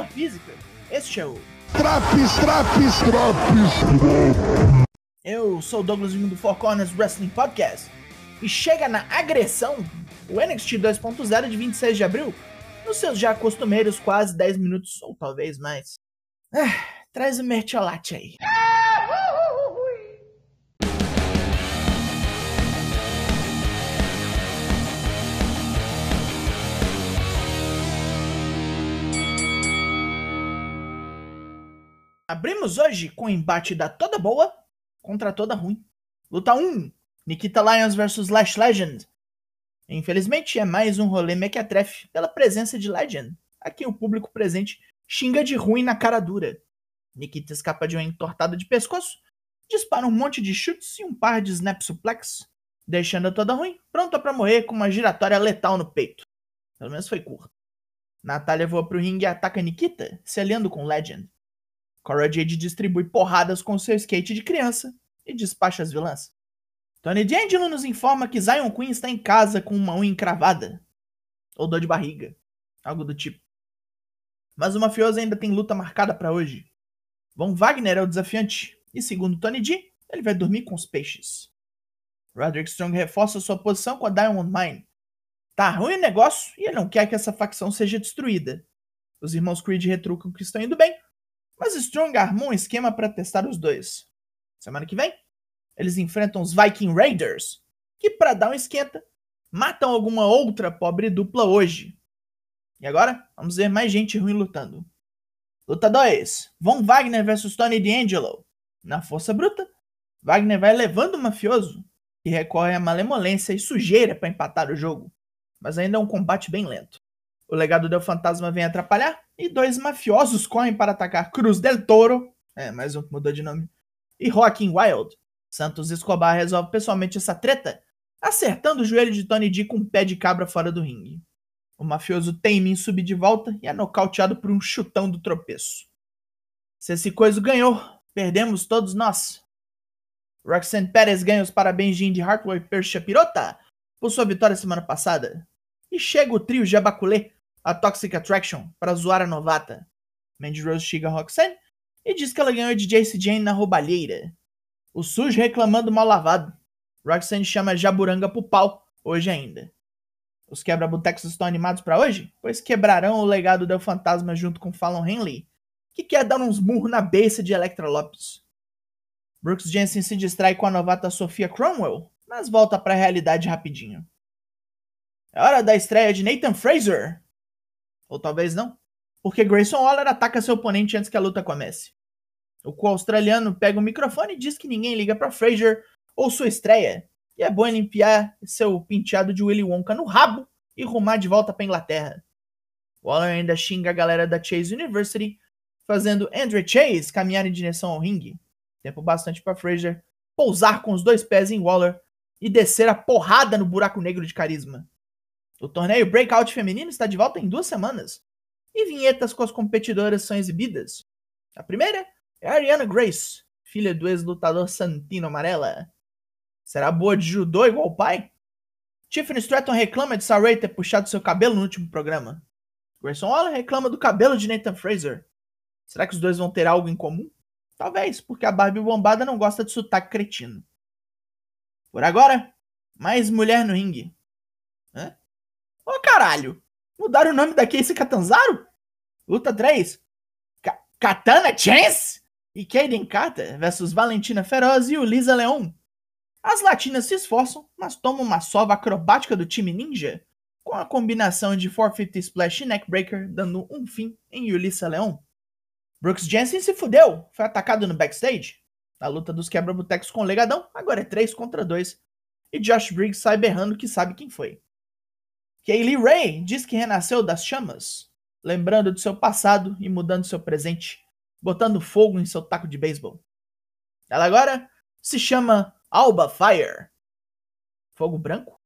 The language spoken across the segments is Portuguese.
física. Este é o Traps. Eu sou o Douglas Vinho do Four Corners Wrestling Podcast. E chega na agressão o NXT 2.0 de 26 de abril, nos seus já costumeiros quase 10 minutos, ou talvez mais. Traz o mertiolate aí. Abrimos hoje com o embate da toda boa contra toda ruim. Luta 1, Nikita Lyons vs Lash Legend. Infelizmente é mais um rolê mequetrefe pela presença de Legend, a quem o público presente xinga de ruim na cara dura. Nikita escapa de uma entortada de pescoço, dispara um monte de chutes e um par de snap suplex, deixando a toda ruim, pronta pra morrer com uma giratória letal no peito. Pelo menos foi curto. Natália voa pro ringue e ataca Nikita, se aliando com Legend. Cora Jade distribui porradas com seu skate de criança e despacha as vilãs. Tony D'Angelo nos informa que Zion Queen está em casa com uma unha encravada. Ou dor de barriga. Algo do tipo. Mas o mafioso ainda tem luta marcada para hoje. Von Wagner é o desafiante. E segundo Tony D, ele vai dormir com os peixes. Roderick Strong reforça sua posição com a Diamond Mine. Tá ruim o negócio e ele não quer que essa facção seja destruída. Os irmãos Creed retrucam que estão indo bem, mas Strong armou um esquema para testar os dois. Semana que vem, eles enfrentam os Viking Raiders, que para dar um esquenta, matam alguma outra pobre dupla hoje. E agora, vamos ver mais gente ruim lutando. Luta 2, Von Wagner vs Tony D'Angelo. Na força bruta, Wagner vai levando o mafioso, que recorre à malemolência e sujeira para empatar o jogo, mas ainda é um combate bem lento. O legado do Fantasma vem atrapalhar e dois mafiosos correm para atacar Cruz del Toro, mais um que mudou de nome, e Joaquin Wilde. Santos Escobar resolve pessoalmente essa treta, acertando o joelho de Tony D com um pé de cabra fora do ringue. O mafioso teima em subir de volta e é nocauteado por um chutão do tropeço. Se esse coisa ganhou, perdemos todos nós. Roxanne Perez ganha os parabéns de Indy Hartwell e Percy Chapirota por sua vitória semana passada. E chega o trio Jabaculé, a Toxic Attraction, para zoar a novata. Mandy Rose chega a Roxanne e diz que ela ganhou de Jacy Jane na roubalheira. O sujo reclamando mal lavado. Roxanne chama Jaburanga pro pau, hoje ainda. Os quebra-botecos estão animados para hoje, pois quebrarão o legado do Fantasma junto com Fallon Henley, que quer dar uns murros na beça de Elektra Lopes. Brooks Jensen se distrai com a novata Sophia Cromwell, mas volta para a realidade rapidinho. É hora da estreia de Nathan Frazer. Ou talvez não, porque Grayson Waller ataca seu oponente antes que a luta comece. O australiano pega o microfone e diz que ninguém liga para Frazer ou sua estreia, e é bom ele enfiar seu penteado de Willy Wonka no rabo e rumar de volta para Inglaterra. Waller ainda xinga a galera da Chase University, fazendo Andre Chase caminhar em direção ao ringue. Tempo bastante para Frazer pousar com os dois pés em Waller e descer a porrada no buraco negro de carisma. O torneio Breakout feminino está de volta em 2 semanas, e vinhetas com as competidoras são exibidas. A primeira é a Ariana Grace, filha do ex-lutador Santino Amarela. Será boa de judô igual o pai? Tiffany Stratton reclama de Sarray ter puxado seu cabelo no último programa. Grayson Waller reclama do cabelo de Nathan Frazer. Será que os dois vão ter algo em comum? Talvez, porque a Barbie bombada não gosta de sotaque cretino. Por agora, mais mulher no ringue. Ô caralho! Mudaram o nome da Kacy Catanzaro? Luta 3. Katana Chance e Kaden Carter versus Valentina Feroz e Ulisa Leon. As latinas se esforçam, mas tomam uma sova acrobática do time ninja, com a combinação de 450 Splash e Neckbreaker, dando um fim em Ulisa Leon. Brooks Jensen se fudeu, foi atacado no backstage. Na luta dos quebra-botecos com o legadão, agora é 3 contra 2, e Josh Briggs sai berrando que sabe quem foi. Kaylee Ray diz que renasceu das chamas, lembrando de seu passado e mudando seu presente, botando fogo em seu taco de beisebol. Ela agora se chama Alba Fire. Fogo branco?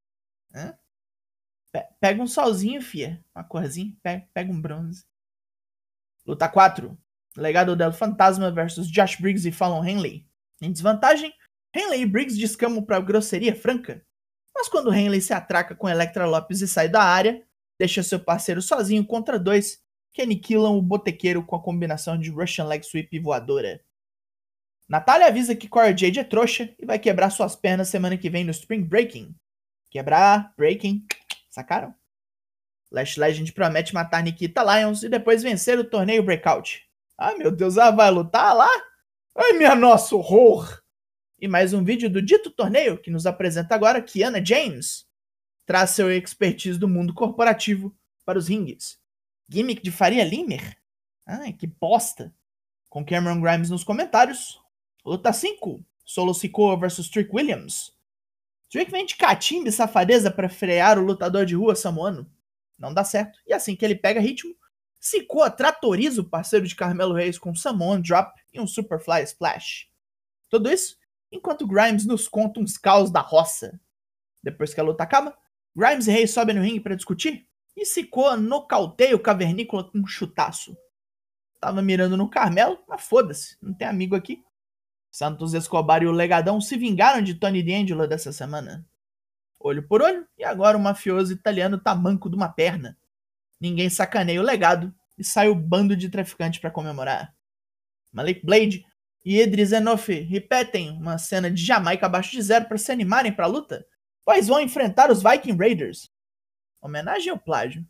Pega um solzinho, fia. Uma corzinha, pega um bronze. Luta 4. Legado del Fantasma versus Josh Briggs e Fallon Henley. Em desvantagem, Henley e Briggs descamam para grosseria franca, mas quando Henley se atraca com Elektra Lopes e sai da área, deixa seu parceiro sozinho contra 2 que aniquilam o botequeiro com a combinação de Russian Leg Sweep e voadora. Natália avisa que Cora Jade é trouxa e vai quebrar suas pernas semana que vem no Spring Breaking. Quebrar, breaking, sacaram? Lash Legend promete matar Nikita Lyons e depois vencer o torneio Breakout. Ai meu Deus, ela vai lutar lá? Ai minha nossa, horror! E mais um vídeo do dito torneio que nos apresenta agora Kiana James. Traz seu expertise do mundo corporativo para os ringues. Gimmick de Faria Limer? Ai, que bosta! Com Cameron Grimes nos comentários. Luta 5. Solo Sikoa vs Trick Williams. Trick vem de catimba e safadeza para frear o lutador de rua samoano. Não dá certo. E assim que ele pega ritmo, Sikoa tratoriza o parceiro de Carmelo Reis com um Samoan Drop e um Superfly Splash. Tudo isso enquanto Grimes nos conta uns caos da roça. Depois que a luta acaba, Grimes e Reis sobem no ringue para discutir e Sikoa nocauteia o cavernícola com um chutaço. Tava mirando no Carmelo, mas foda-se, não tem amigo aqui. Santos Escobar e o Legadão se vingaram de Tony D'Angelo dessa semana. Olho por olho, e agora o mafioso italiano tá manco de uma perna. Ninguém sacaneia o legado e sai o bando de traficantes para comemorar. Malik Blade e Idris Enofe repetem uma cena de Jamaica abaixo de zero para se animarem para a luta, pois vão enfrentar os Viking Raiders. Homenagem ao plágio.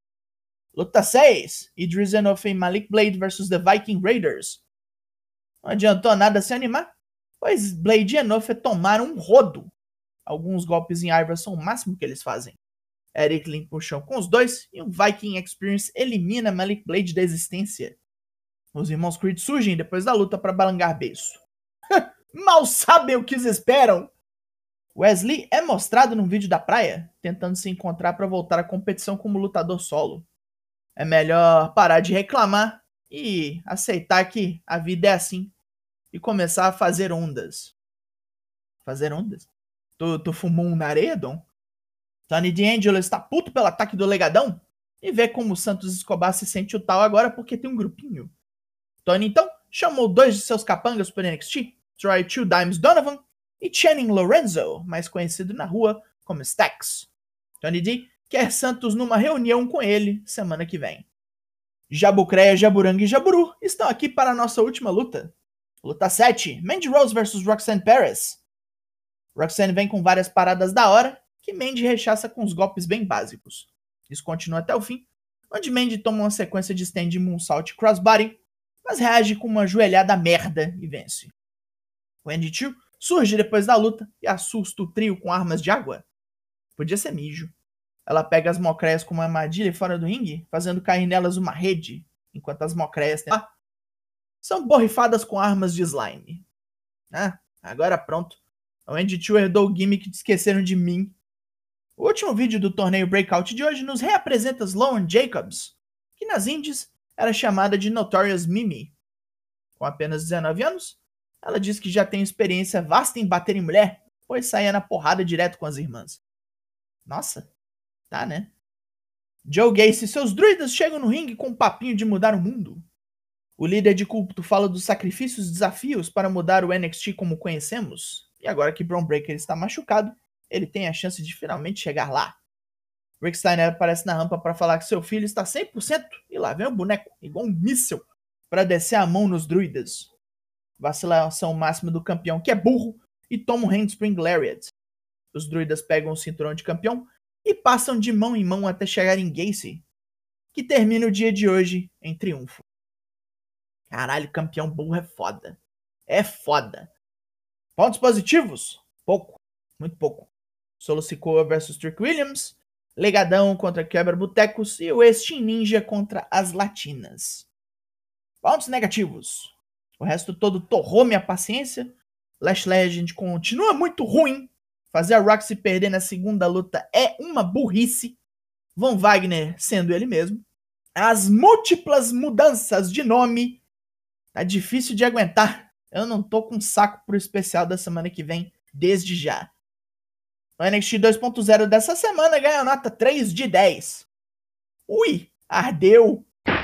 Luta 6. Idris Enofe e Malik Blade vs The Viking Raiders. Não adiantou nada se animar, pois Blade e Enofe tomaram um rodo. Alguns golpes em Ivar são o máximo que eles fazem. Eric limpa o chão com os dois e um Viking Experience elimina Malik Blade da existência. Os irmãos Creed surgem depois da luta para balangar beiço. Mal sabem o que eles esperam! Wesley é mostrado num vídeo da praia, tentando se encontrar para voltar à competição como lutador solo. É melhor parar de reclamar e aceitar que a vida é assim e começar a fazer ondas. Fazer ondas? Tu fumou um na areia, Dom? Tony D'Angelo está puto pelo ataque do Legadão e vê como o Santos Escobar se sente o tal agora porque tem um grupinho. Tony então chamou dois de seus capangas para NXT, Troy Two Dimes Donovan e Channing Lorenzo, mais conhecido na rua como Stax. Tony D quer Santos numa reunião com ele semana que vem. Jabucreia, Jaburanga e Jaburu estão aqui para a nossa última luta. Luta 7, Mandy Rose vs Roxanne Perez. Roxanne vem com várias paradas da hora, que Mandy rechaça com os golpes bem básicos. Isso continua até o fim, onde Mandy toma uma sequência de stand moonsault e crossbody, mas reage com uma joelhada merda e vence. Wendy Chu surge depois da luta e assusta o trio com armas de água. Podia ser mijo. Ela pega as mocreias com uma armadilha fora do ringue, fazendo cair nelas uma rede, enquanto as mocreias são borrifadas com armas de slime. Ah, agora pronto. A Wendy Chu herdou o gimmick de Esqueceram de Mim. O último vídeo do torneio Breakout de hoje nos reapresenta Sloane Jacobs, que nas indies era chamada de Notorious Mimi. Com apenas 19 anos, ela diz que já tem experiência vasta em bater em mulher, pois saía na porrada direto com as irmãs. Nossa, tá né? Joe Gacy e seus druidas chegam no ringue com um papinho de mudar o mundo. O líder de culto fala dos sacrifícios e desafios para mudar o NXT como conhecemos, e agora que Bron Breakker está machucado, ele tem a chance de finalmente chegar lá. Rick Steiner aparece na rampa para falar que seu filho está 100% e lá vem o boneco, igual um míssel, para descer a mão nos druidas. Vacilação máxima do campeão, que é burro, e toma um Handspring Lariat. Os druidas pegam o cinturão de campeão e passam de mão em mão até chegar em Gacy, que termina o dia de hoje em triunfo. Caralho, campeão burro é foda. É foda. Pontos positivos? Pouco. Muito pouco. Solo Sikoa vs Trick Williams, Legadão contra Quebra-Botecos e o ex-Team Ninja contra as Latinas. Pontos negativos. O resto todo torrou minha paciência. Lash Legend continua muito ruim. Fazer a Roxy perder na segunda luta é uma burrice. Von Wagner sendo ele mesmo. As múltiplas mudanças de nome. Tá difícil de aguentar. Eu não tô com saco pro especial da semana que vem, desde já. O NXT 2.0 dessa semana ganha nota 3 de 10. Ui, ardeu.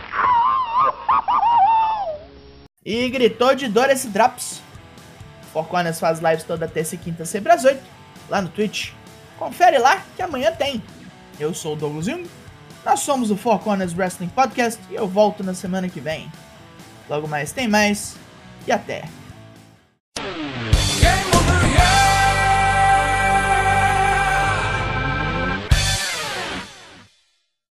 E gritou de dor esse Drops. Four Corners faz lives toda terça e quinta, sempre às 8, lá no Twitch. Confere lá que amanhã tem. Eu sou o Douglas Jung Nós somos o Four Corners Wrestling Podcast e eu volto na semana que vem. Logo mais tem mais e até!